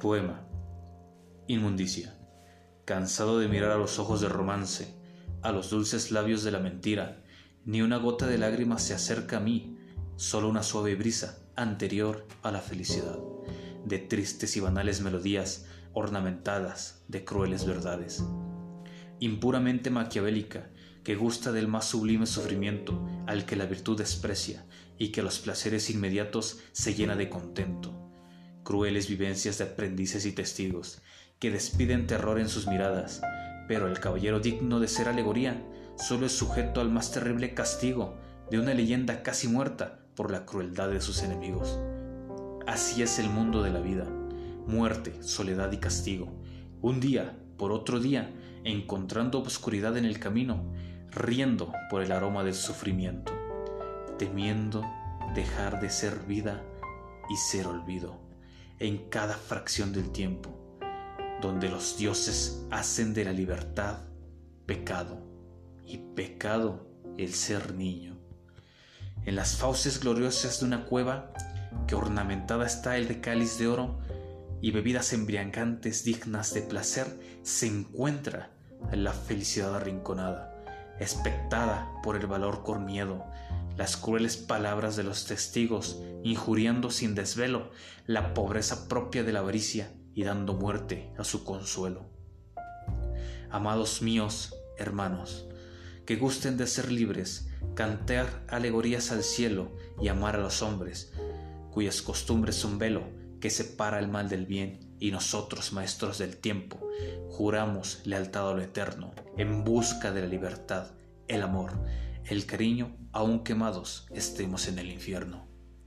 Poema. Inmundicia. Cansado de mirar a los ojos de romance, a los dulces labios de la mentira, ni una gota de lágrima se acerca a mí, solo una suave brisa anterior a la felicidad, de tristes y banales melodías ornamentadas de crueles verdades. Impuramente maquiavélica, que gusta del más sublime sufrimiento al que la virtud desprecia y que los placeres inmediatos se llena de contento. Crueles vivencias de aprendices y testigos que despiden terror en sus miradas, pero el caballero digno de ser alegoría solo es sujeto al más terrible castigo de una leyenda casi muerta por la crueldad de sus enemigos. Así es el mundo de la vida: muerte, soledad y castigo. Un día por otro día, encontrando obscuridad en el camino, riendo por el aroma del sufrimiento, temiendo dejar de ser vida y ser olvido en cada fracción del tiempo, donde los dioses hacen de la libertad pecado y pecado el ser niño. En las fauces gloriosas de una cueva que ornamentada está el de cáliz de oro y bebidas embriagantes dignas de placer, se encuentra la felicidad arrinconada, expectada por el valor con miedo, las crueles palabras de los testigos injuriando sin desvelo la pobreza propia de la avaricia y dando muerte a su consuelo. Amados míos, hermanos, que gusten de ser libres, cantar alegorías al cielo y amar a los hombres, cuyas costumbres son velo que separa el mal del bien, y nosotros, maestros del tiempo, juramos lealtad a lo eterno, en busca de la libertad, el amor, el cariño, aun quemados estemos en el infierno.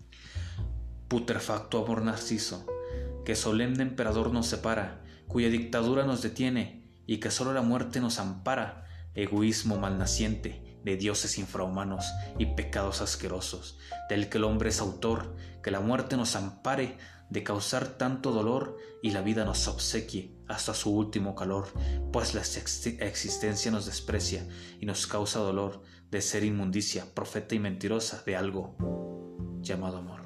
Putrefacto amor narciso, que solemne emperador nos separa, cuya dictadura nos detiene y que solo la muerte nos ampara, egoísmo malnaciente de dioses infrahumanos y pecados asquerosos, del que el hombre es autor, que la muerte nos ampare de causar tanto dolor y la vida nos obsequie hasta su último calor, pues la existencia nos desprecia y nos causa dolor de ser inmundicia, profeta y mentirosa de algo llamado amor.